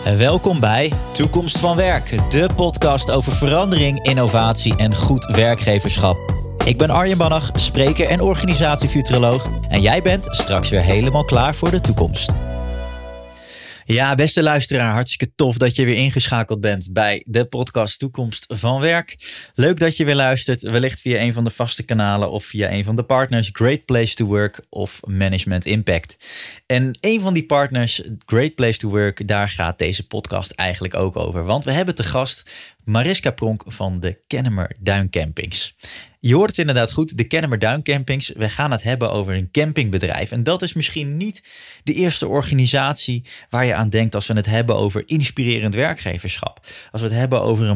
Welkom bij Toekomst van Werk, de podcast over verandering, innovatie en goed werkgeverschap. Ik ben Arjen Bannach, spreker en organisatiefuturoloog en jij bent straks weer helemaal klaar voor de toekomst. Ja, beste luisteraar, hartstikke tof dat je weer ingeschakeld bent bij de podcast Toekomst van Werk. Leuk dat je weer luistert, wellicht via een van de vaste kanalen of via een van de partners Great Place to Work of Management Impact. En een van die partners, Great Place to Work, daar gaat deze podcast eigenlijk ook over. Want we hebben te gast Mariska Pronk van de Kennemer Duincampings. Je hoort het inderdaad goed, de Kennemer Duincampings. We gaan het hebben over een campingbedrijf. En dat is misschien niet de eerste organisatie waar je aan denkt als we het hebben over inspirerend werkgeverschap. Als we het hebben over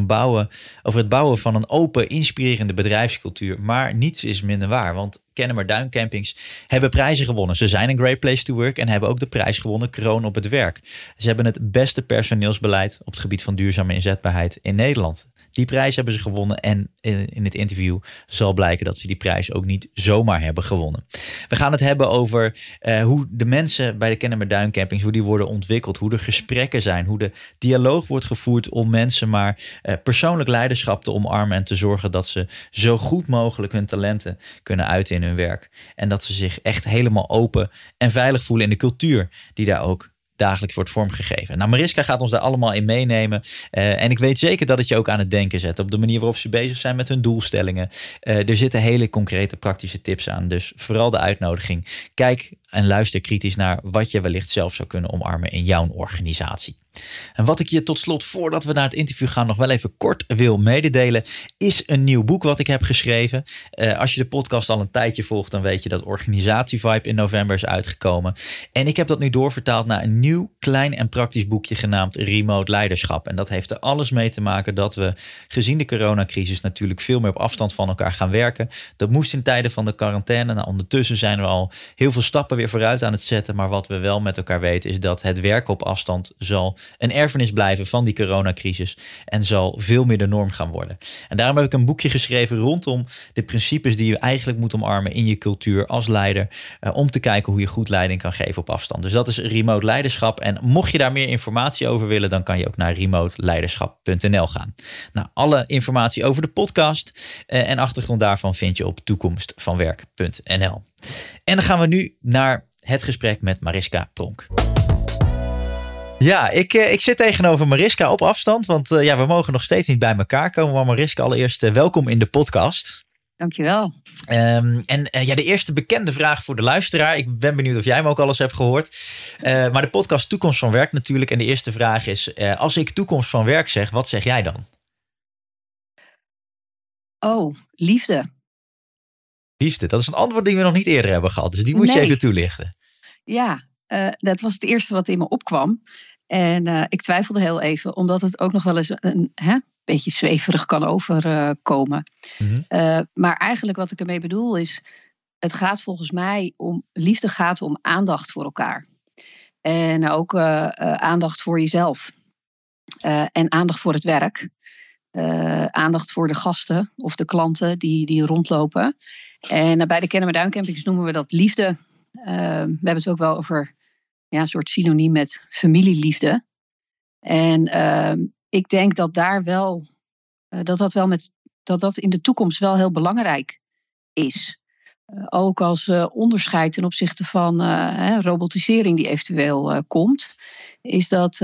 het bouwen van een open, inspirerende bedrijfscultuur. Maar niets is minder waar, want Kennemer Duincampings hebben prijzen gewonnen. Ze zijn een Great Place to Work en hebben ook de prijs gewonnen Kroon op het werk. Ze hebben het beste personeelsbeleid op het gebied van duurzame inzetbaarheid in Nederland. Die prijs hebben ze gewonnen en in het interview zal blijken dat ze die prijs ook niet zomaar hebben gewonnen. We gaan het hebben over hoe de mensen bij de Kennemer Duincampings, hoe die worden ontwikkeld, hoe er gesprekken zijn, hoe de dialoog wordt gevoerd om mensen maar persoonlijk leiderschap te omarmen en te zorgen dat ze zo goed mogelijk hun talenten kunnen uiten in hun werk. En dat ze zich echt helemaal open en veilig voelen in de cultuur die daar ook dagelijks wordt vormgegeven. Nou, Mariska gaat ons daar allemaal in meenemen. En ik weet zeker dat het je ook aan het denken zet op de manier waarop ze bezig zijn met hun doelstellingen. Er zitten hele concrete praktische tips aan. Dus vooral de uitnodiging. Kijk en luister kritisch naar wat je wellicht zelf zou kunnen omarmen in jouw organisatie. En wat ik je tot slot, voordat we naar het interview gaan, nog wel even kort wil mededelen, is een nieuw boek wat ik heb geschreven. Als je de podcast al een tijdje volgt, dan weet je dat Organisatievibe in november is uitgekomen. En ik heb dat nu doorvertaald naar een nieuw, klein en praktisch boekje genaamd Remote Leiderschap. En dat heeft er alles mee te maken dat we, gezien de coronacrisis, natuurlijk veel meer op afstand van elkaar gaan werken. Dat moest in tijden van de quarantaine. Nou, ondertussen zijn we al heel veel stappen weer vooruit aan het zetten. Maar wat we wel met elkaar weten is dat het werken op afstand zal een erfenis blijven van die coronacrisis en zal veel meer de norm gaan worden. En daarom heb ik een boekje geschreven rondom de principes die je eigenlijk moet omarmen in je cultuur als leider, om te kijken hoe je goed leiding kan geven op afstand. Dus dat is Remote Leiderschap. En mocht je daar meer informatie over willen, dan kan je ook naar remoteleiderschap.nl gaan. Nou, alle informatie over de podcast en achtergrond daarvan vind je op toekomstvanwerk.nl. En dan gaan we nu naar het gesprek met Mariska Pronk. Ja, ik zit tegenover Mariska op afstand, want we mogen nog steeds niet bij elkaar komen. Maar Mariska, allereerst welkom in de podcast. Dankjewel. De eerste bekende vraag voor de luisteraar. Ik ben benieuwd of jij hem ook alles hebt gehoord. Maar de podcast Toekomst van Werk natuurlijk. En de eerste vraag is, als ik Toekomst van Werk zeg, wat zeg jij dan? Oh, liefde. Liefde, dat is een antwoord die we nog niet eerder hebben gehad. Dus die moet je even toelichten. Ja, dat was het eerste wat in me opkwam. En ik twijfelde heel even, omdat het ook nog wel eens een beetje zweverig kan overkomen. Maar eigenlijk wat ik ermee bedoel is, het gaat volgens mij om, liefde gaat om aandacht voor elkaar. En ook aandacht voor jezelf. En aandacht voor het werk. Aandacht voor de gasten of de klanten die rondlopen. En bij de Kennemer Duincampings noemen we dat liefde. We hebben het ook wel over een soort synoniem met familieliefde. En ik denk dat daar wel dat in de toekomst wel heel belangrijk is. Ook als onderscheid ten opzichte van robotisering die eventueel komt, is dat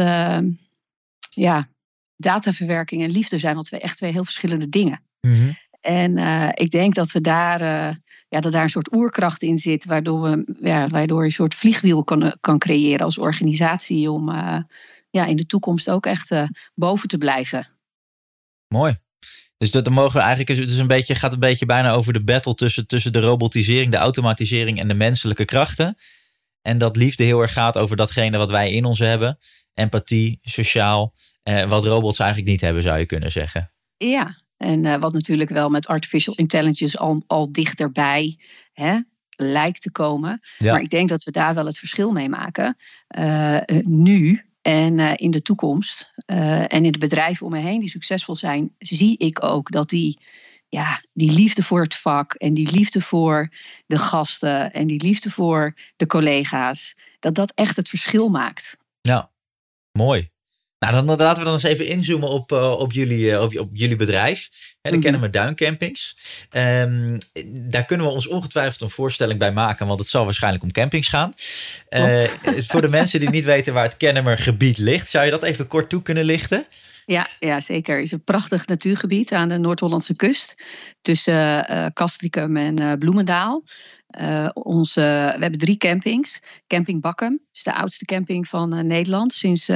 dataverwerking en liefde zijn wel echt twee heel verschillende dingen. Mm-hmm. En ik denk dat we daar dat daar een soort oerkracht in zit, waardoor je een soort vliegwiel kan creëren als organisatie om in de toekomst ook echt boven te blijven. Mooi. Dus dat mogen we eigenlijk, gaat een beetje bijna over de battle tussen de robotisering, de automatisering en de menselijke krachten. En dat liefde heel erg gaat over datgene wat wij in ons hebben. Empathie, sociaal, wat robots eigenlijk niet hebben, zou je kunnen zeggen. Ja. En wat natuurlijk wel met artificial intelligence al dichterbij lijkt te komen. Ja. Maar ik denk dat we daar wel het verschil mee maken. Nu en in de toekomst. En in de bedrijven om me heen die succesvol zijn, zie ik ook dat die liefde voor het vak en die liefde voor de gasten en die liefde voor de collega's, dat echt het verschil maakt. Ja, mooi. Nou, dan laten we dan eens even inzoomen op jullie bedrijf. De Kennemer Duincampings. Daar kunnen we ons ongetwijfeld een voorstelling bij maken, want het zal waarschijnlijk om campings gaan. Voor de mensen die niet weten waar het Kennemer gebied ligt, zou je dat even kort toe kunnen lichten? Ja, zeker. Het is een prachtig natuurgebied aan de Noord-Hollandse kust. Tussen Castricum en Bloemendaal. We hebben 3 campings. Camping Bakkum is de oudste camping van Nederland sinds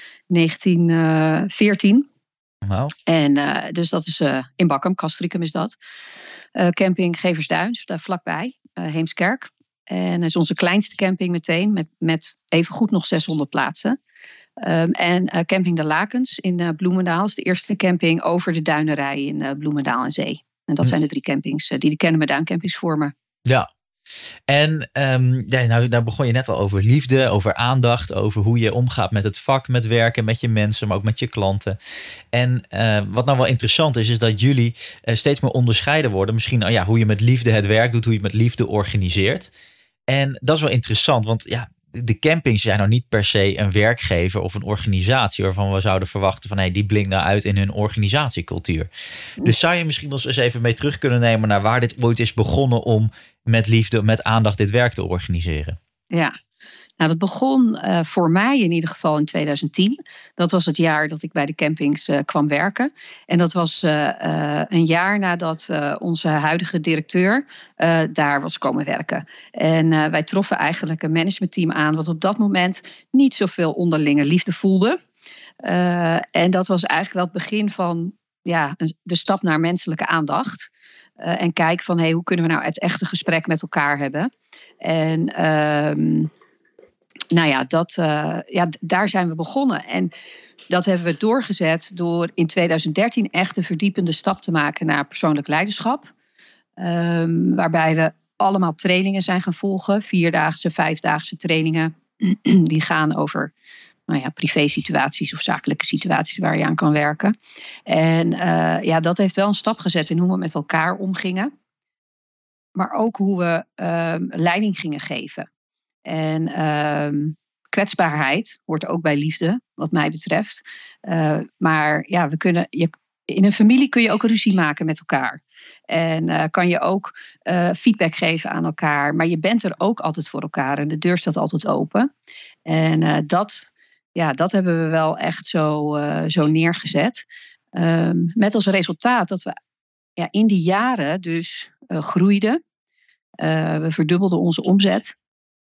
1914. Wow. En dus dat is in Bakkum, Castricum is dat. Camping Geversduin, daar vlakbij, Heemskerk. En dat is onze kleinste camping meteen, met evengoed nog 600 plaatsen. En Camping de Lakens in Bloemendaal is de eerste camping over de duinerij in Bloemendaal en Zee. En dat zijn de 3 campings die de Kennemer Duincampings vormen. Ja. En daar begon je net al over liefde, over aandacht, over hoe je omgaat met het vak, met werken, met je mensen, maar ook met je klanten. En wat nou wel interessant is dat jullie steeds meer onderscheiden worden. Misschien hoe je met liefde het werk doet, hoe je met liefde organiseert. En dat is wel interessant, want de campings zijn nou niet per se een werkgever of een organisatie waarvan we zouden verwachten van die blinkt nou uit in hun organisatiecultuur. Dus zou je misschien ons eens even mee terug kunnen nemen naar waar dit ooit is begonnen om met liefde, met aandacht dit werk te organiseren? Ja, nou dat begon voor mij in ieder geval in 2010. Dat was het jaar dat ik bij de campings kwam werken. En dat was een jaar nadat onze huidige directeur daar was komen werken. En wij troffen eigenlijk een managementteam aan wat op dat moment niet zoveel onderlinge liefde voelde. En dat was eigenlijk wel het begin van de stap naar menselijke aandacht. En kijken van hoe kunnen we nou het echte gesprek met elkaar hebben. En daar zijn we begonnen. En dat hebben we doorgezet door in 2013 echt een verdiepende stap te maken naar persoonlijk leiderschap. Waarbij we allemaal trainingen zijn gaan volgen. 4-daagse, 5-daagse trainingen. Die gaan over privé-situaties of zakelijke situaties waar je aan kan werken. En dat heeft wel een stap gezet in hoe we met elkaar omgingen. Maar ook hoe we leiding gingen geven. En kwetsbaarheid hoort ook bij liefde, wat mij betreft. Maar in een familie kun je ook ruzie maken met elkaar. En kan je ook feedback geven aan elkaar. Maar je bent er ook altijd voor elkaar. En de deur staat altijd open. En dat hebben we wel echt zo neergezet. Met als resultaat dat we in die jaren dus groeiden. We verdubbelden onze omzet.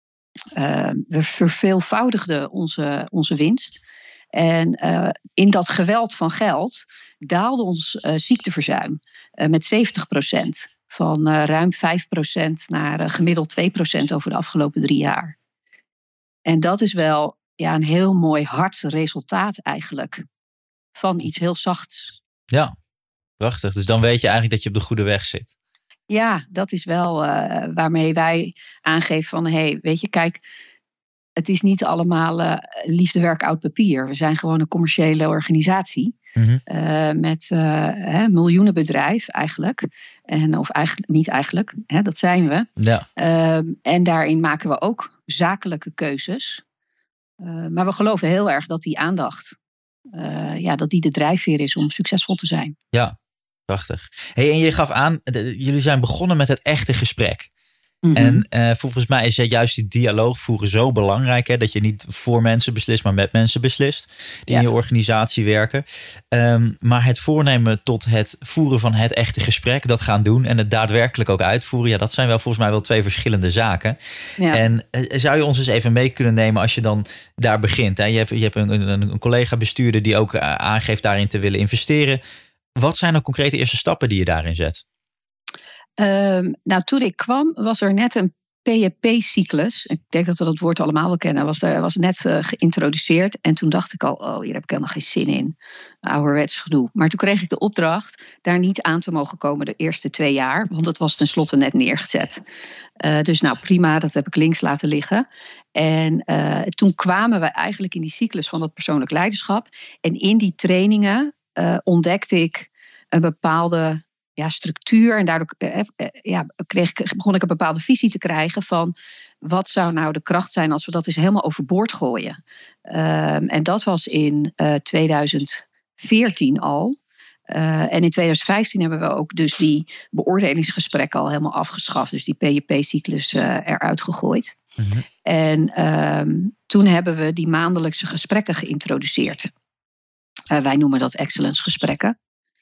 We verveelvoudigden onze winst. En in dat geweld van geld daalde ons ziekteverzuim met 70%. Van ruim 5% naar gemiddeld 2% over de afgelopen 3 jaar. En dat is wel een heel mooi hard resultaat eigenlijk. Van iets heel zachts. Ja, prachtig. Dus dan weet je eigenlijk dat je op de goede weg zit. Ja, dat is wel waarmee wij aangeven van weet je, kijk, het is niet allemaal liefdewerk oud papier. We zijn gewoon een commerciële organisatie. Met een miljoenenbedrijf eigenlijk. Of eigenlijk niet eigenlijk, dat zijn we. Ja. En daarin maken we ook zakelijke keuzes. Maar we geloven heel erg dat die aandacht, dat die de drijfveer is om succesvol te zijn. Ja, prachtig. En je gaf aan, jullie zijn begonnen met het echte gesprek. En volgens mij is juist die dialoog voeren zo belangrijk. Hè, dat je niet voor mensen beslist, maar met mensen beslist. Die in je organisatie werken. Maar het voornemen tot het voeren van het echte gesprek. Dat gaan doen en het daadwerkelijk ook uitvoeren. Ja, dat zijn wel volgens mij wel 2 verschillende zaken. Ja. En zou je ons eens even mee kunnen nemen als je dan daar begint. Hè? Je hebt een collega bestuurder die ook aangeeft daarin te willen investeren. Wat zijn de concrete eerste stappen die je daarin zet? Toen ik kwam was er net een PEP-cyclus. Ik denk dat we dat woord allemaal wel kennen. Was net geïntroduceerd. En toen dacht ik al, hier heb ik helemaal geen zin in. Ouderwets gedoe. Maar toen kreeg ik de opdracht daar niet aan te mogen komen de eerste 2 jaar. Want het was tenslotte net neergezet. Dus prima, dat heb ik links laten liggen. En toen kwamen we eigenlijk in die cyclus van dat persoonlijk leiderschap. En in die trainingen ontdekte ik een bepaalde structuur. En daardoor begon ik een bepaalde visie te krijgen van wat zou nou de kracht zijn als we dat eens helemaal overboord gooien? En dat was in 2014 al. En in 2015 hebben we ook dus die beoordelingsgesprekken al helemaal afgeschaft. Dus die PJP-cyclus eruit gegooid. Mm-hmm. En toen hebben we die maandelijkse gesprekken geïntroduceerd. Wij noemen dat excellence gesprekken.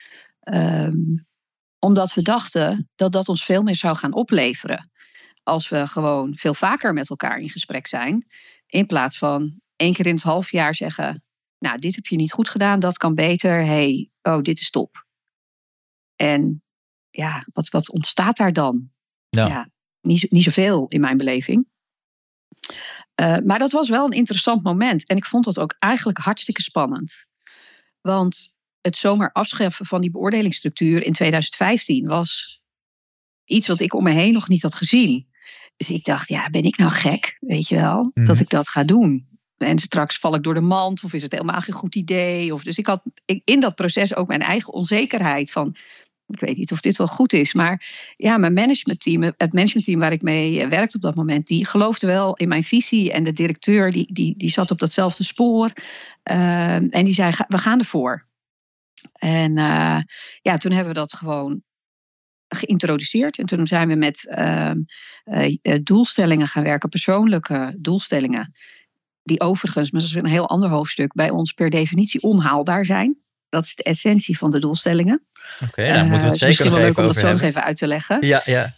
Omdat we dachten dat dat ons veel meer zou gaan opleveren. Als we gewoon veel vaker met elkaar in gesprek zijn. In plaats van 1 keer in het half jaar zeggen... Nou, dit heb je niet goed gedaan, dat kan beter. Dit is top. En ja, wat ontstaat daar dan? Ja, niet zoveel in mijn beleving. Maar dat was wel een interessant moment. En ik vond dat ook eigenlijk hartstikke spannend. Want het zomaar afschaffen van die beoordelingsstructuur in 2015 was iets wat ik om me heen nog niet had gezien. Dus ik dacht, ja, ben ik nou gek, weet je wel, dat ik dat ga doen? En straks val ik door de mand of is het helemaal geen goed idee? Dus ik had in dat proces ook mijn eigen onzekerheid van... Ik weet niet of dit wel goed is, maar ja, mijn managementteam, het managementteam waar ik mee werkte op dat moment, die geloofde wel in mijn visie. En de directeur die zat op datzelfde spoor. En die zei, we gaan ervoor. En toen hebben we dat gewoon geïntroduceerd. En toen zijn we met doelstellingen gaan werken, persoonlijke doelstellingen. Die overigens, maar dat is een heel ander hoofdstuk, bij ons per definitie onhaalbaar zijn. Dat is de essentie van de doelstellingen. Oké, daar moeten we het zeker nog even over hebben. Misschien wel leuk om dat zo nog even uit te leggen. Ja.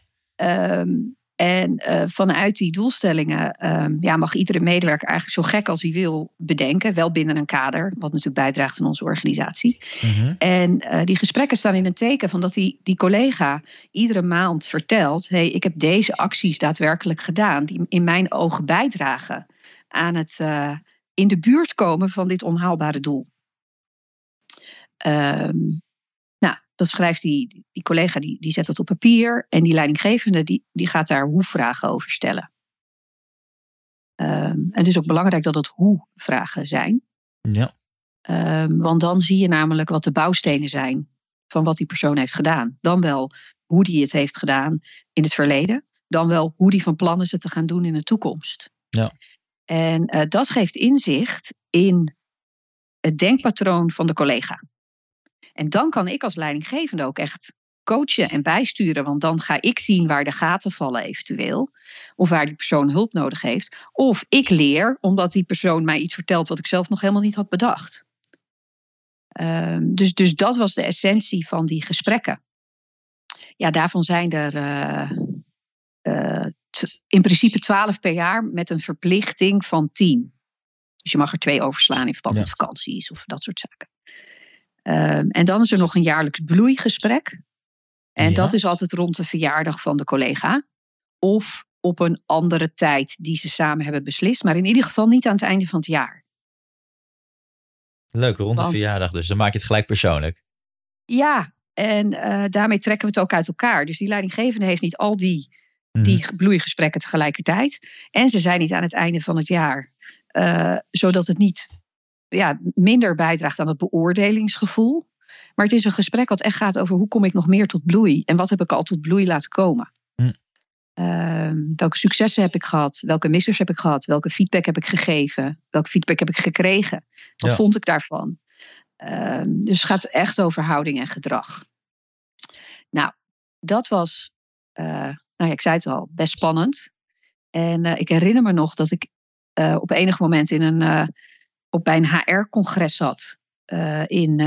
Vanuit die doelstellingen mag iedere medewerker eigenlijk zo gek als hij wil bedenken. Wel binnen een kader, wat natuurlijk bijdraagt aan onze organisatie. Mm-hmm. En die gesprekken staan in een teken van dat die collega iedere maand vertelt... Hey, ik heb deze acties daadwerkelijk gedaan die in mijn ogen bijdragen aan het in de buurt komen van dit onhaalbare doel. Dan schrijft die collega, die zet dat op papier. En die leidinggevende, die gaat daar hoe-vragen over stellen. En het is ook belangrijk dat het hoe-vragen zijn. Ja. Want dan zie je namelijk wat de bouwstenen zijn van wat die persoon heeft gedaan. Dan wel hoe die het heeft gedaan in het verleden. Dan wel hoe die van plan is het te gaan doen in de toekomst. Ja. En dat geeft inzicht in het denkpatroon van de collega. En dan kan ik als leidinggevende ook echt coachen en bijsturen. Want dan ga ik zien waar de gaten vallen eventueel. Of waar die persoon hulp nodig heeft. Of ik leer omdat die persoon mij iets vertelt wat ik zelf nog helemaal niet had bedacht. Dus dat was de essentie van die gesprekken. Ja, daarvan zijn er in principe 12 per jaar met een verplichting van 10. Dus je mag er 2 overslaan in verband met vakanties of dat soort zaken. En dan is er nog een jaarlijks bloeigesprek. En dat is altijd rond de verjaardag van de collega. Of op een andere tijd die ze samen hebben beslist. Maar in ieder geval niet aan het einde van het jaar. Leuk, rond de verjaardag dus. Dan maak je het gelijk persoonlijk. Ja, en daarmee trekken we het ook uit elkaar. Dus die leidinggevende heeft niet al die bloeigesprekken tegelijkertijd. En ze zijn niet aan het einde van het jaar. Zodat het niet minder bijdraagt aan het beoordelingsgevoel. Maar het is een gesprek wat echt gaat over hoe kom ik nog meer tot bloei. En wat heb ik al tot bloei laten komen. Welke successen heb ik gehad? Welke missers heb ik gehad? Welke feedback heb ik gegeven? Welke feedback heb ik gekregen? Wat vond ik daarvan? Dus het gaat echt over houding en gedrag. Nou, dat was, ik zei het al, best spannend. En ik herinner me nog dat ik op enig moment bij een HR-congres zat in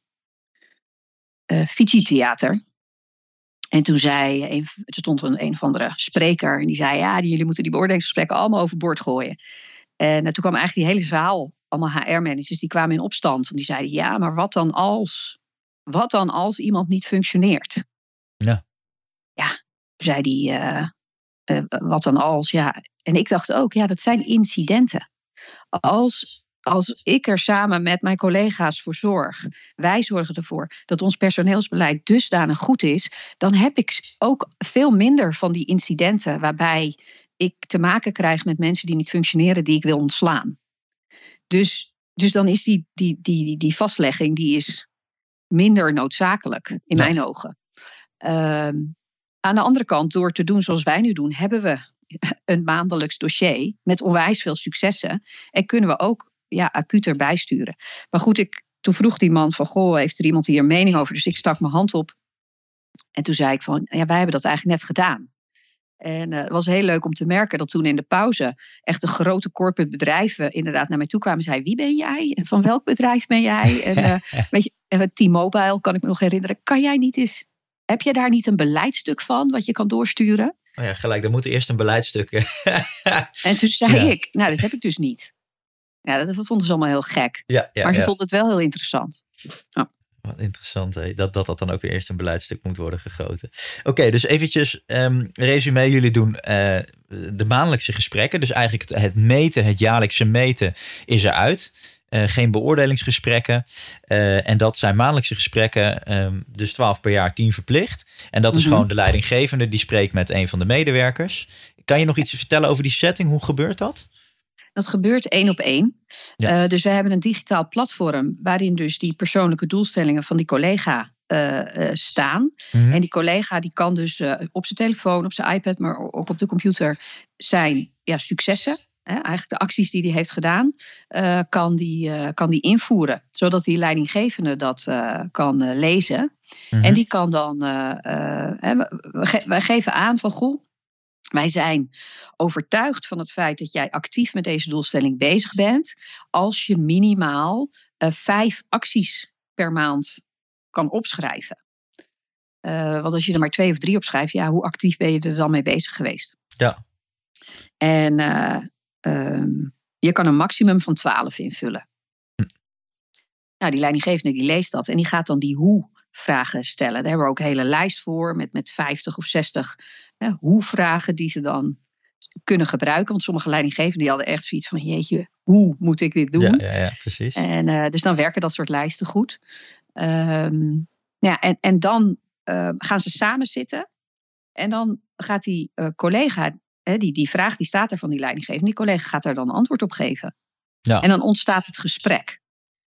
Fiji Theater. En toen er stond een of andere spreker en die zei, jullie moeten die beoordelingsgesprekken allemaal overboord gooien. En toen kwam eigenlijk die hele zaal, allemaal HR-managers, die kwamen in opstand. Want die zeiden, ja, maar wat dan als iemand niet functioneert? Ja, zei hij, wat dan als? Ja. En ik dacht ook, dat zijn incidenten. Als ik er samen met mijn collega's voor zorg, wij zorgen ervoor dat ons personeelsbeleid dusdanig goed is, dan heb ik ook veel minder van die incidenten waarbij ik te maken krijg met mensen die niet functioneren, die ik wil ontslaan. Dus dan is die vastlegging die is minder noodzakelijk in mijn ogen. Aan de andere kant, door te doen zoals wij nu doen, hebben we een maandelijks dossier met onwijs veel successen. En kunnen we ook acuter bijsturen. Maar goed, toen vroeg die man van, goh, heeft er iemand hier een mening over? Dus ik stak mijn hand op. En toen zei ik van, wij hebben dat eigenlijk net gedaan. En het was heel leuk om te merken dat toen in de pauze echt de grote corporate bedrijven inderdaad naar mij toe kwamen en zeiden, wie ben jij? En van welk bedrijf ben jij? En weet je, T-Mobile kan ik me nog herinneren. Heb jij daar niet een beleidstuk van wat je kan doorsturen? Oh ja, gelijk, dan moet er eerst een beleidstuk. En toen zei ik, nou, dat heb ik dus niet. Ja, dat vonden ze allemaal heel gek. Maar ze vonden het wel heel interessant. Ja. Wat interessant, hè? Dat dan ook weer eerst een beleidstuk moet worden gegoten. Oké, dus eventjes resume. Jullie doen de maandelijkse gesprekken. Dus eigenlijk het jaarlijkse meten is eruit. Geen beoordelingsgesprekken. En dat zijn maandelijkse gesprekken. Dus 12 per jaar, 10 verplicht. En dat is gewoon de leidinggevende die spreekt met een van de medewerkers. Kan je nog iets vertellen over die setting? Hoe gebeurt dat? Dat gebeurt 1 op 1. Ja. Dus we hebben een digitaal platform waarin dus die persoonlijke doelstellingen van die collega staan. Mm-hmm. En die collega die kan dus op zijn telefoon, op zijn iPad, maar ook op de computer zijn successen. Eigenlijk de acties die hij heeft gedaan, kan die invoeren. Zodat die leidinggevende dat kan lezen. Mm-hmm. En die kan dan, wij geven aan van, goh, wij zijn overtuigd van het feit dat jij actief met deze doelstelling bezig bent, als je minimaal 5 acties per maand kan opschrijven. Want als je er maar 2 of 3 opschrijft, hoe actief ben je er dan mee bezig geweest? Ja. En je kan een maximum van 12 invullen. Nou, die leidinggevende die leest dat en die gaat dan die hoe-vragen stellen. Daar hebben we ook een hele lijst voor met 50 of 60 hoe-vragen die ze dan kunnen gebruiken. Want sommige leidinggevenden die hadden echt zoiets van, jeetje, hoe moet ik dit doen? Ja, precies. En dus dan werken dat soort lijsten goed. En dan gaan ze samen zitten. En dan gaat die collega, die vraag die staat er van die leidinggevende, die collega gaat daar dan antwoord op geven. Ja. En dan ontstaat het gesprek.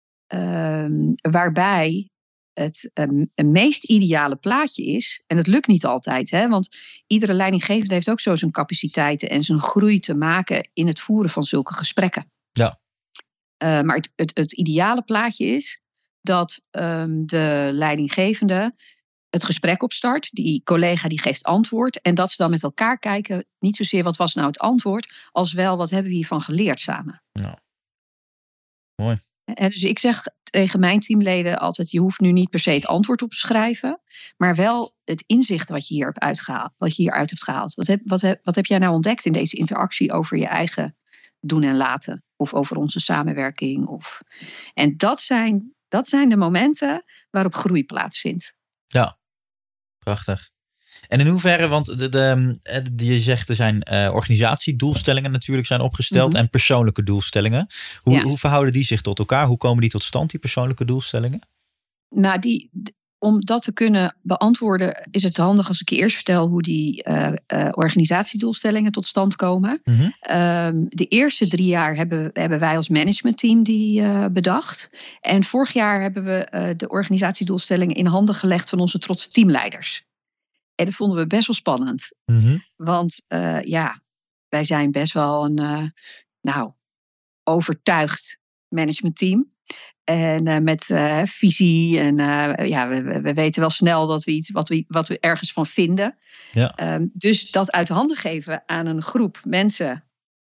Waarbij het meest ideale plaatje is, en het lukt niet altijd, want iedere leidinggevende heeft ook zo zijn capaciteiten en zijn groei te maken in het voeren van zulke gesprekken. Ja. Maar het ideale plaatje is dat de leidinggevende het gesprek opstart, die collega die geeft antwoord en dat ze dan met elkaar kijken, niet zozeer wat was nou het antwoord, als wel wat hebben we hiervan geleerd samen. Ja. Mooi. En dus ik zeg tegen mijn teamleden altijd, je hoeft nu niet per se het antwoord op te schrijven, maar wel het inzicht wat je hieruit hebt gehaald. Wat heb jij nou ontdekt in deze interactie over je eigen doen en laten? Of over onze samenwerking? En dat zijn de momenten waarop groei plaatsvindt. Ja, prachtig. En in hoeverre, want je zegt er zijn organisatiedoelstellingen natuurlijk zijn opgesteld en persoonlijke doelstellingen. Hoe verhouden die zich tot elkaar? Hoe komen die tot stand, die persoonlijke doelstellingen? Nou, om dat te kunnen beantwoorden is het handig als ik je eerst vertel hoe die organisatiedoelstellingen tot stand komen. Mm-hmm. De eerste 3 jaar hebben wij als managementteam die bedacht. En vorig jaar hebben we de organisatiedoelstellingen in handen gelegd van onze trotse teamleiders. En dat vonden we best wel spannend. Mm-hmm. Want wij zijn best wel een overtuigd managementteam. En met visie. En we weten wel snel dat we iets wat we ergens van vinden. Ja. Dus dat uit handen geven aan een groep mensen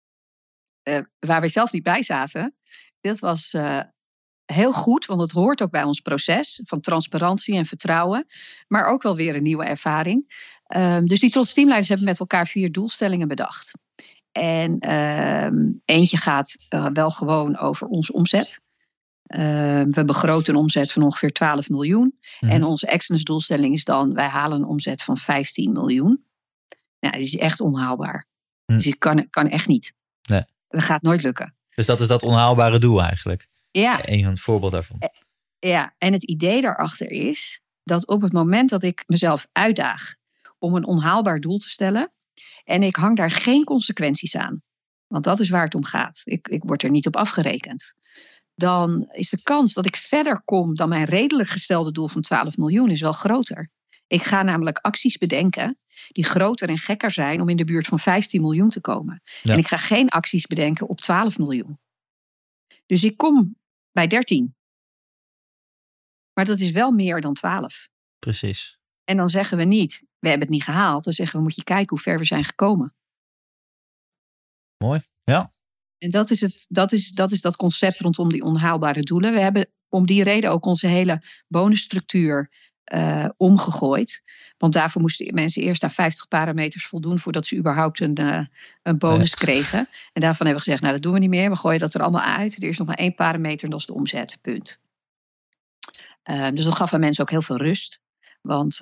waar wij zelf niet bij zaten. Dat was heel goed, want het hoort ook bij ons proces van transparantie en vertrouwen. Maar ook wel weer een nieuwe ervaring. Dus die trotse teamleiders hebben met elkaar 4 doelstellingen bedacht. En eentje gaat wel gewoon over onze omzet. We begroten een omzet van ongeveer 12 miljoen. En onze excellence doelstelling is dan, wij halen een omzet van 15 miljoen. Nou, dat is echt onhaalbaar. Dus het kan echt niet. Nee. Dat gaat nooit lukken. Dus dat is dat onhaalbare doel eigenlijk? Ja. Een voorbeeld daarvan. Ja, en het idee daarachter is dat op het moment dat ik mezelf uitdaag om een onhaalbaar doel te stellen, en ik hang daar geen consequenties aan, want dat is waar het om gaat. Ik word er niet op afgerekend. Dan is de kans dat ik verder kom dan mijn redelijk gestelde doel van 12 miljoen is wel groter. Ik ga namelijk acties bedenken die groter en gekker zijn om in de buurt van 15 miljoen te komen. Ja. En ik ga geen acties bedenken op 12 miljoen. Dus ik kom bij 13. Maar dat is wel meer dan 12. Precies. En dan zeggen we niet, we hebben het niet gehaald. Dan zeggen we, moet je kijken hoe ver we zijn gekomen. Mooi, ja. En dat is dat concept rondom die onhaalbare doelen. We hebben om die reden ook onze hele bonusstructuur omgegooid. Want daarvoor moesten mensen eerst aan 50 parameters voldoen voordat ze überhaupt een bonus kregen. En daarvan hebben we gezegd, nou dat doen we niet meer. We gooien dat er allemaal uit. Er is nog maar 1 parameter en dat is de omzet. Punt. Dus dat gaf aan mensen ook heel veel rust. Want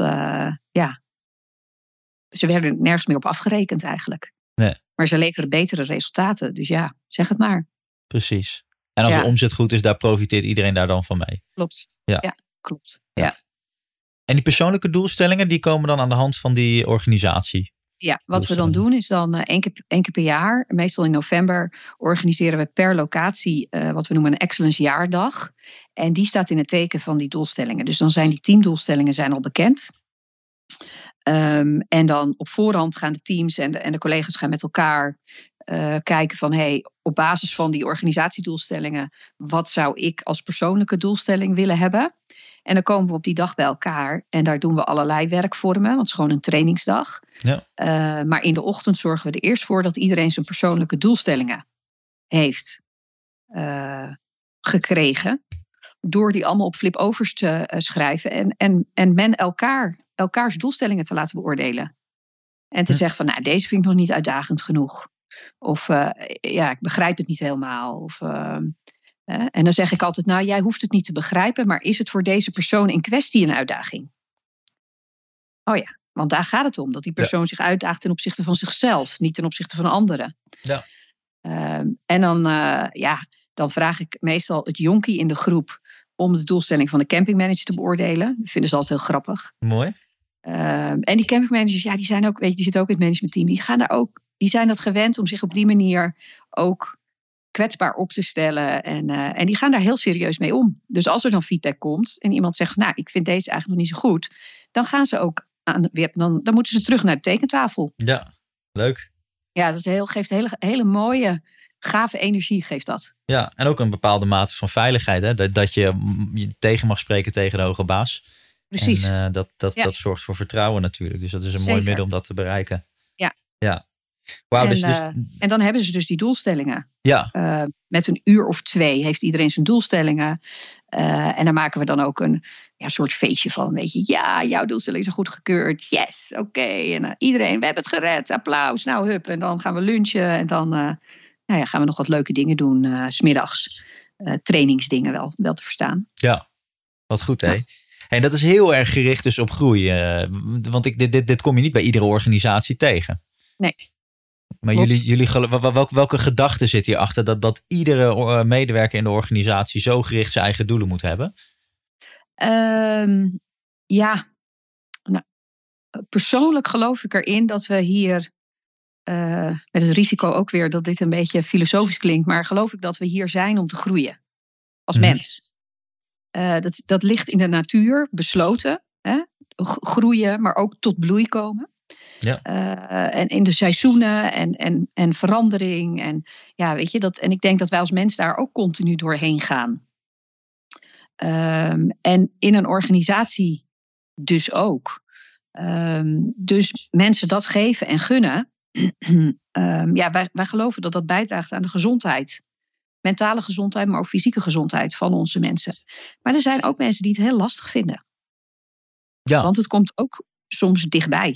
ze werden nergens meer op afgerekend eigenlijk. Nee. Maar ze leveren betere resultaten. Dus ja, zeg het maar. Precies. En als de omzet goed is, daar profiteert iedereen daar dan van mee. Klopt. Ja, klopt. Ja. En die persoonlijke doelstellingen, die komen dan aan de hand van die organisatie? Ja, wat we dan doen is dan één keer per jaar, meestal in november, organiseren we per locatie wat we noemen een excellence jaardag. En die staat in het teken van die doelstellingen. Dus dan zijn die teamdoelstellingen zijn al bekend. En dan op voorhand gaan de teams en de collega's gaan met elkaar kijken van op basis van die organisatiedoelstellingen, wat zou ik als persoonlijke doelstelling willen hebben? En dan komen we op die dag bij elkaar en daar doen we allerlei werkvormen, want het is gewoon een trainingsdag. Ja. Maar in de ochtend zorgen we er eerst voor dat iedereen zijn persoonlijke doelstellingen heeft gekregen. Door die allemaal op flip-overs te schrijven en men elkaars doelstellingen te laten beoordelen. En te zeggen van, nou, deze vind ik nog niet uitdagend genoeg. Of, ik begrijp het niet helemaal. Of, en dan zeg ik altijd, nou, jij hoeft het niet te begrijpen, maar is het voor deze persoon in kwestie een uitdaging? Oh ja, want daar gaat het om. Dat die persoon zich uitdaagt ten opzichte van zichzelf, niet ten opzichte van anderen. Ja. En dan vraag ik meestal het jonkie in de groep om de doelstelling van de campingmanager te beoordelen. Dat vinden ze altijd heel grappig. Mooi. En die campingmanagers, die zijn ook, die zitten ook in het managementteam. Die zijn dat gewend om zich op die manier ook kwetsbaar op te stellen. En die gaan daar heel serieus mee om. Dus als er dan feedback komt en iemand zegt, nou, ik vind deze eigenlijk nog niet zo goed, dan gaan ze ook dan moeten ze terug naar de tekentafel. Ja, leuk. Ja, dat geeft hele mooie, gave energie geeft dat. Ja, en ook een bepaalde mate van veiligheid. Hè? Dat je tegen mag spreken tegen de hoge baas. Precies. En dat zorgt voor vertrouwen natuurlijk. Dus dat is een mooi middel om dat te bereiken. Ja. Wow, en dan hebben ze dus die doelstellingen. Ja. Met een uur of 2 heeft iedereen zijn doelstellingen. En daar maken we dan ook een soort feestje van. Weet je, ja, jouw doelstellingen zijn goedgekeurd. Yes, oké. En iedereen, we hebben het gered. Applaus. Nou, hup. En dan gaan we lunchen. En dan gaan we nog wat leuke dingen doen. 's middags. Trainingsdingen wel te verstaan. Ja, wat goed hè. Ja. En dat is heel erg gericht dus op groei. Want dit kom je niet bij iedere organisatie tegen. Nee. Maar welke gedachte zit hierachter dat iedere medewerker in de organisatie zo gericht zijn eigen doelen moet hebben? Persoonlijk geloof ik erin dat we hier, met het risico ook weer dat dit een beetje filosofisch klinkt, maar geloof ik dat we hier zijn om te groeien als mens. Dat ligt in de natuur, besloten. Groeien, maar ook tot bloei komen. Ja. En in de seizoenen en verandering. En ja, weet je, en ik denk dat wij als mens daar ook continu doorheen gaan. En in een organisatie dus ook. Dus mensen dat geven en gunnen. Wij geloven dat bijdraagt aan de gezondheid. Mentale gezondheid, maar ook fysieke gezondheid van onze mensen. Maar er zijn ook mensen die het heel lastig vinden. Ja. Want het komt ook soms dichtbij.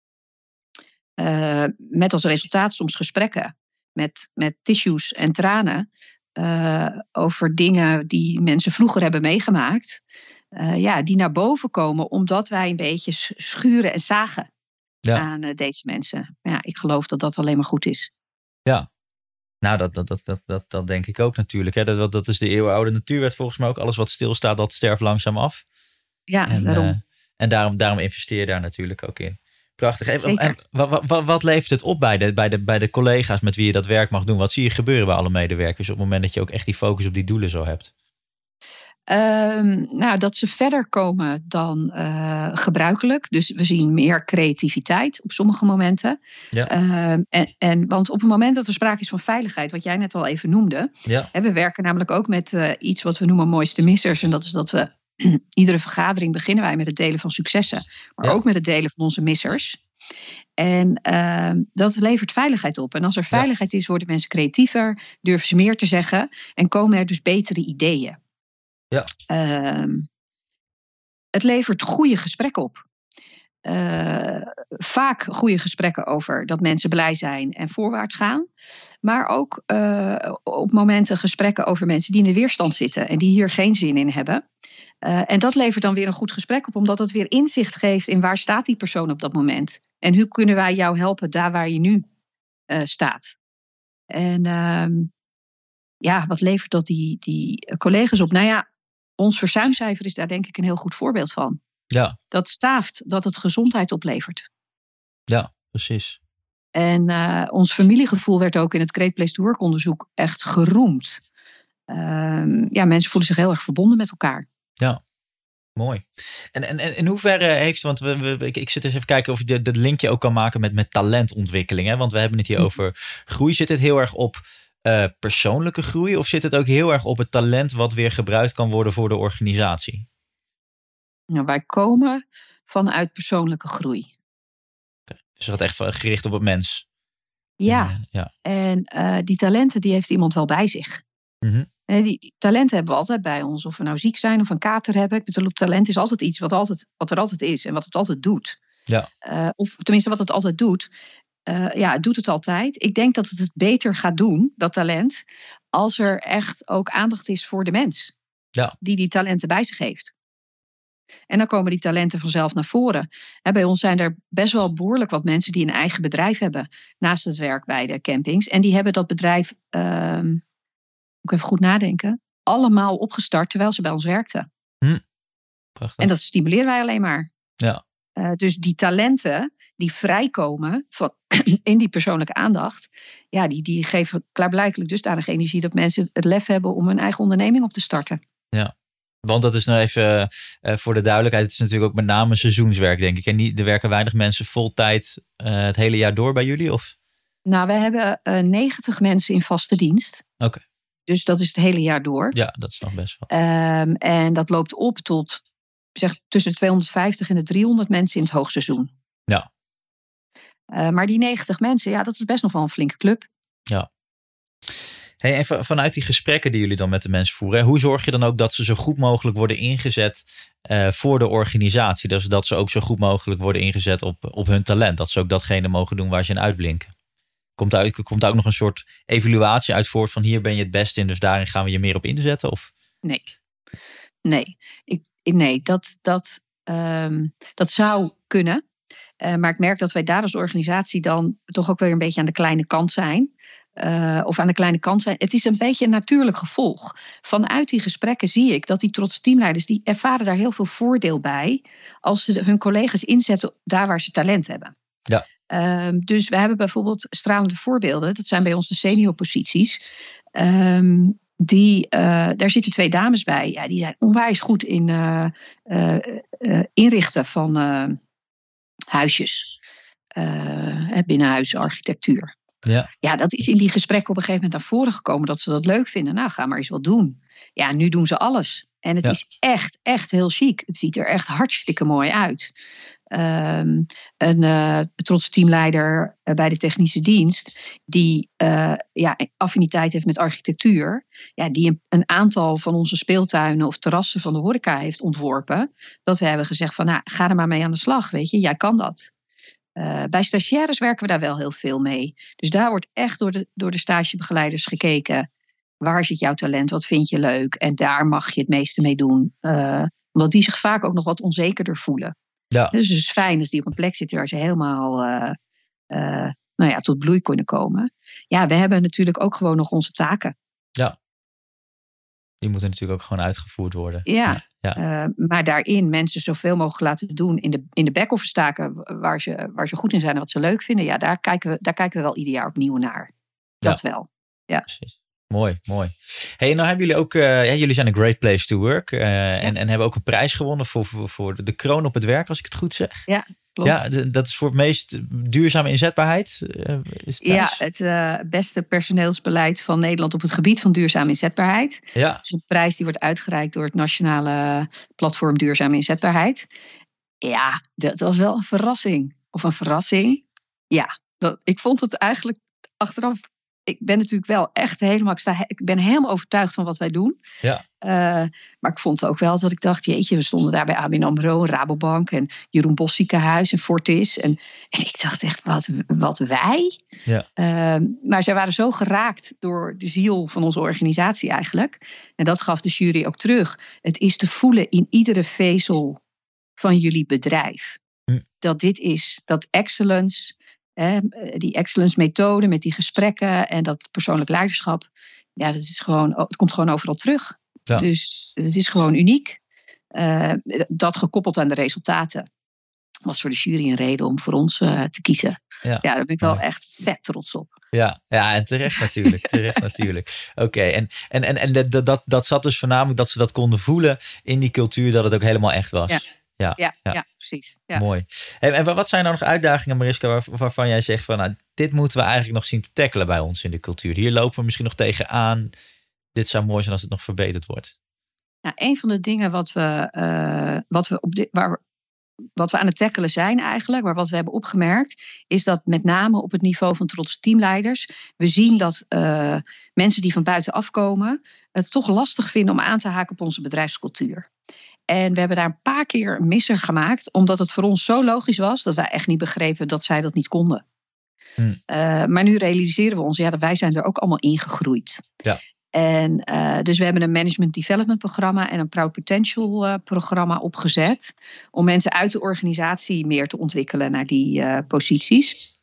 Met als resultaat soms gesprekken met tissues en tranen over dingen die mensen vroeger hebben meegemaakt. Die naar boven komen omdat wij een beetje schuren en zagen aan deze mensen. Ja, ik geloof dat dat alleen maar goed is. Ja. Nou, dat denk ik ook natuurlijk. Hè. Dat is de eeuwenoude natuurwet volgens mij ook. Alles wat stilstaat, dat sterft langzaam af. Ja, daarom. En daarom investeer je daar natuurlijk ook in. Prachtig. En wat levert het op bij de collega's met wie je dat werk mag doen? Wat zie je gebeuren bij alle medewerkers op het moment dat je ook echt die focus op die doelen zo hebt? Dat ze verder komen dan gebruikelijk. Dus we zien meer creativiteit op sommige momenten. Ja. Want op het moment dat er sprake is van veiligheid, wat jij net al even noemde. Ja. We werken namelijk ook met iets wat we noemen mooiste missers. En dat is dat we iedere vergadering beginnen wij met het delen van successen. Maar ook met het delen van onze missers. En dat levert veiligheid op. En als er veiligheid is, worden mensen creatiever, durven ze meer te zeggen en komen er dus betere ideeën. Ja. Het levert goede gesprekken op. Vaak goede gesprekken over dat mensen blij zijn en voorwaarts gaan. Maar ook op momenten gesprekken over mensen die in de weerstand zitten en die hier geen zin in hebben. En dat levert dan weer een goed gesprek op, omdat het weer inzicht geeft in waar staat die persoon op dat moment. En hoe kunnen wij jou helpen daar waar je nu staat. En wat levert dat die collega's op? Nou ja, ons verzuimcijfer is daar denk ik een heel goed voorbeeld van. Ja. Dat staaft dat het gezondheid oplevert. Ja, precies. En ons familiegevoel werd ook in het Great Place to Work onderzoek echt geroemd. Mensen voelen zich heel erg verbonden met elkaar. Ja, mooi. En in hoeverre heeft, want ik zit eens even kijken of je dat linkje ook kan maken met talentontwikkeling. Hè? Want we hebben het hier over groei. Zit het heel erg op persoonlijke groei of zit het ook heel erg op het talent wat weer gebruikt kan worden voor de organisatie? Nou, wij komen vanuit persoonlijke groei. Okay. Dus het gaat echt gericht op het mens. Ja, en die talenten die heeft iemand wel bij zich. Mm-hmm. Die talenten hebben we altijd bij ons. Of we nou ziek zijn of een kater hebben. Ik bedoel, talent is altijd iets wat er altijd is en wat het altijd doet. Ja. Of tenminste wat het altijd doet. Het doet het altijd. Ik denk dat het beter gaat doen, dat talent, als er echt ook aandacht is voor de mens. Ja. Die talenten bij zich heeft. En dan komen die talenten vanzelf naar voren. Bij ons zijn er best wel behoorlijk wat mensen die een eigen bedrijf hebben. Naast het werk bij de campings. En die hebben dat bedrijf, moet ik even goed nadenken, allemaal opgestart terwijl ze bij ons werkten. Prachtig. En dat stimuleren wij alleen maar. Ja. Dus die talenten die vrijkomen in die persoonlijke aandacht, die geven klaarblijkelijk dusdanig energie dat mensen het lef hebben om een eigen onderneming op te starten. Ja. Want dat is nou even voor de duidelijkheid. Het is natuurlijk ook met name seizoenswerk, denk ik. En er werken weinig mensen vol tijd het hele jaar door bij jullie? Of? Nou, we hebben 90 mensen in vaste dienst. Oké. Dus dat is het hele jaar door. Ja, dat is nog best wat. En dat loopt op tot tussen de 250 en de 300 mensen in het hoogseizoen. Ja. Maar die 90 mensen, dat is best nog wel een flinke club. Ja. Hey, en vanuit die gesprekken die jullie dan met de mensen voeren, hoe zorg je dan ook dat ze zo goed mogelijk worden ingezet voor de organisatie? Dus dat ze ook zo goed mogelijk worden ingezet op hun talent. Dat ze ook datgene mogen doen waar ze in uitblinken. Komt daar ook nog een soort evaluatie uit voort van hier ben je het beste in, dus daarin gaan we je meer op inzetten? Of? Nee, dat zou kunnen. Maar ik merk dat wij daar als organisatie dan toch ook weer een beetje aan de kleine kant zijn. Het is een beetje een natuurlijk gevolg. Vanuit die gesprekken zie ik dat die trots teamleiders, die ervaren daar heel veel voordeel bij als ze hun collega's inzetten daar waar ze talent hebben. Ja. Dus we hebben bijvoorbeeld stralende voorbeelden. Dat zijn bij ons de seniorposities. Daar zitten 2 dames bij. Ja, die zijn onwijs goed in inrichten van huisjes. Binnenhuisarchitectuur. Ja, dat is in die gesprekken op een gegeven moment naar voren gekomen dat ze dat leuk vinden. Nou, ga maar eens wat doen. Ja, nu doen ze alles. En het is echt, echt heel chic. Het ziet er echt hartstikke mooi uit. Een trots teamleider bij de technische dienst, die affiniteit heeft met architectuur, die een aantal van onze speeltuinen of terrassen van de horeca heeft ontworpen, dat we hebben gezegd van, ga er maar mee aan de slag, weet je, jij kan dat. Bij stagiaires werken we daar wel heel veel mee. Dus daar wordt echt door de stagebegeleiders gekeken. Waar zit jouw talent? Wat vind je leuk? En daar mag je het meeste mee doen. Omdat die zich vaak ook nog wat onzekerder voelen. Ja. Dus het is fijn als die op een plek zitten waar ze helemaal tot bloei kunnen komen. Ja, we hebben natuurlijk ook gewoon nog onze taken. Ja. Die moeten natuurlijk ook gewoon uitgevoerd worden. Ja. Maar daarin mensen zoveel mogelijk laten doen in de back-office taken waar ze goed in zijn en wat ze leuk vinden. Ja, daar kijken we wel ieder jaar opnieuw naar. Dat wel. Ja. Precies. Mooi. Hey, nou hebben jullie ook, jullie zijn een great place to work en hebben ook een prijs gewonnen voor de kroon op het werk, als ik het goed zeg. Ja, klopt. Ja, dat is voor het meest duurzame inzetbaarheid. Ja, het beste personeelsbeleid van Nederland op het gebied van duurzame inzetbaarheid. Ja. Dus een prijs die wordt uitgereikt door het Nationale Platform Duurzame Inzetbaarheid. Ja, dat was wel een verrassing. Of een verrassing. Ja, ik vond het eigenlijk achteraf. Ik ben natuurlijk wel echt ik ben helemaal overtuigd van wat wij doen. Ja. Maar ik vond ook wel dat ik dacht, jeetje, we stonden daar bij ABN AMRO, Rabobank en Jeroen Bosch Ziekenhuis en Fortis. En ik dacht echt, wat wij? Ja. Maar zij waren zo geraakt door de ziel van onze organisatie eigenlijk. En dat gaf de jury ook terug. Het is te voelen in iedere vezel van jullie bedrijf. Dat dit is, dat excellence, die excellence methode met die gesprekken en dat persoonlijk leiderschap. Ja, het komt gewoon overal terug. Ja. Dus het is gewoon uniek. Dat gekoppeld aan de resultaten was voor de jury een reden om voor ons te kiezen. Ja, daar ben ik wel echt vet trots op. Ja, en terecht natuurlijk. Oké, en dat zat dus voornamelijk dat ze dat konden voelen in die cultuur, dat het ook helemaal echt was. Ja, precies. Ja. Mooi. En wat zijn nou nog uitdagingen, Mariska, waarvan jij zegt van, nou, dit moeten we eigenlijk nog zien te tackelen bij ons in de cultuur. Hier lopen we misschien nog tegenaan. Dit zou mooi zijn als het nog verbeterd wordt. Nou, een van de dingen wat we aan het tackelen zijn eigenlijk, maar wat we hebben opgemerkt, is dat met name op het niveau van trots teamleiders, we zien dat mensen die van buitenaf komen het toch lastig vinden om aan te haken op onze bedrijfscultuur. En we hebben daar een paar keer een misser gemaakt, omdat het voor ons zo logisch was dat wij echt niet begrepen dat zij dat niet konden. Maar nu realiseren we ons, dat wij zijn er ook allemaal ingegroeid. Ja. En dus we hebben een management development programma en een Proud Potential programma opgezet om mensen uit de organisatie meer te ontwikkelen naar die posities.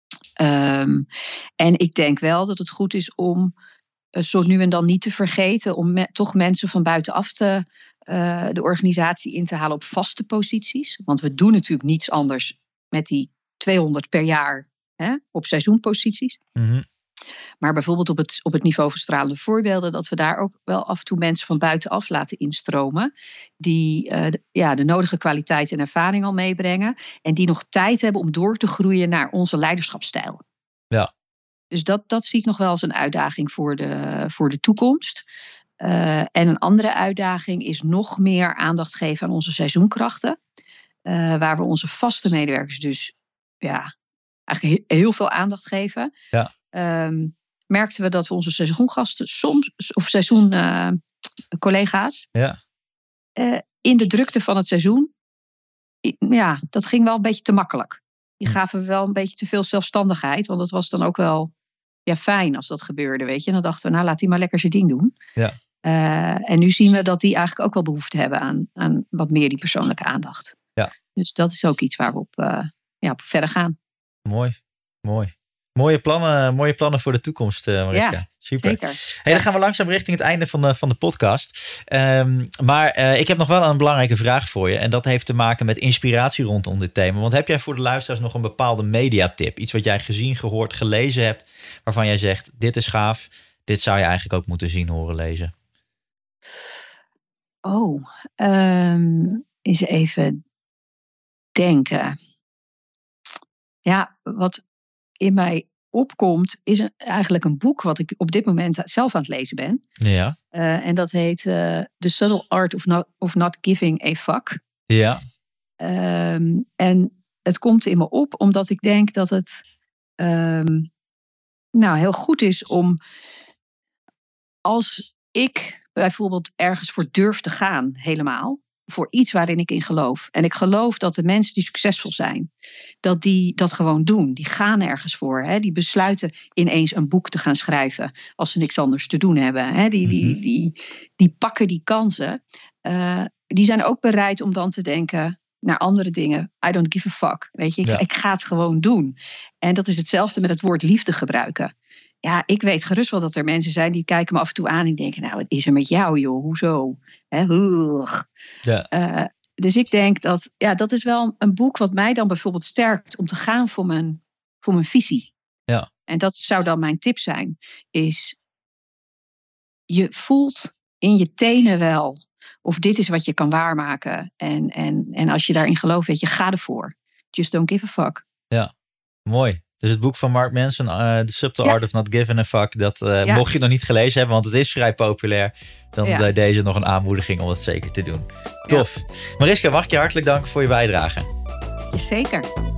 En ik denk wel dat het goed is om zo nu en dan niet te vergeten om toch mensen van buitenaf de organisatie in te halen op vaste posities. Want we doen natuurlijk niets anders met die 200 per jaar op seizoenposities. Mm-hmm. Maar bijvoorbeeld op het niveau van stralende voorbeelden, dat we daar ook wel af en toe mensen van buitenaf laten instromen. Die de nodige kwaliteit en ervaring al meebrengen. En die nog tijd hebben om door te groeien naar onze leiderschapsstijl. Ja. Dus dat zie ik nog wel als een uitdaging voor de toekomst. En een andere uitdaging is nog meer aandacht geven aan onze seizoenkrachten. Waar we onze vaste medewerkers dus eigenlijk heel veel aandacht geven. Ja. Merkten we dat we onze seizoengasten of seizoencollega's in de drukte van het seizoen, dat ging wel een beetje te makkelijk. Die gaven we wel een beetje te veel zelfstandigheid, want dat was dan ook wel fijn als dat gebeurde, weet je. En dan dachten we, laat die maar lekker zijn ding doen. Ja. En nu zien we dat die eigenlijk ook wel behoefte hebben aan wat meer die persoonlijke aandacht. Ja. Dus dat is ook iets waar we op verder gaan. Mooi. Mooie plannen voor de toekomst, Mariska. Ja, super. Zeker. Hey, dan gaan we langzaam richting het einde van de podcast. Maar ik heb nog wel een belangrijke vraag voor je. En dat heeft te maken met inspiratie rondom dit thema. Want heb jij voor de luisteraars nog een bepaalde mediatip? Iets wat jij gezien, gehoord, gelezen hebt, waarvan jij zegt, dit is gaaf. Dit zou je eigenlijk ook moeten zien, horen, lezen. Eens even denken. Ja, wat in mij opkomt, is eigenlijk een boek wat ik op dit moment zelf aan het lezen ben. Ja. En dat heet The Subtle Art of Not Giving a Fuck. Ja. En het komt in me op omdat ik denk dat het heel goed is om, als ik bijvoorbeeld ergens voor durf te gaan helemaal, voor iets waarin ik in geloof. En ik geloof dat de mensen die succesvol zijn, dat die dat gewoon doen. Die gaan ergens voor. Hè? Die besluiten ineens een boek te gaan schrijven als ze niks anders te doen hebben. Hè? Die pakken die kansen. Die zijn ook bereid om dan te denken naar andere dingen. I don't give a fuck. Weet je, ik ga het gewoon doen. En dat is hetzelfde met het woord liefde gebruiken. Ja, ik weet gerust wel dat er mensen zijn die kijken me af en toe aan en denken, wat is er met jou, joh? Hoezo? Ja. Dus ik denk dat is wel een boek wat mij dan bijvoorbeeld sterkt om te gaan voor mijn visie. Ja. En dat zou dan mijn tip zijn, is je voelt in je tenen wel of dit is wat je kan waarmaken. En als je daarin gelooft, weet je, ga ervoor. Just don't give a fuck. Ja, mooi. Dus het boek van Mark Manson, The Subtle Art of Not Giving a Fuck. Dat mocht je het nog niet gelezen hebben, want het is vrij populair. Dan deze nog een aanmoediging om het zeker te doen. Tof. Ja. Mariska, mag ik je hartelijk danken voor je bijdrage. Zeker.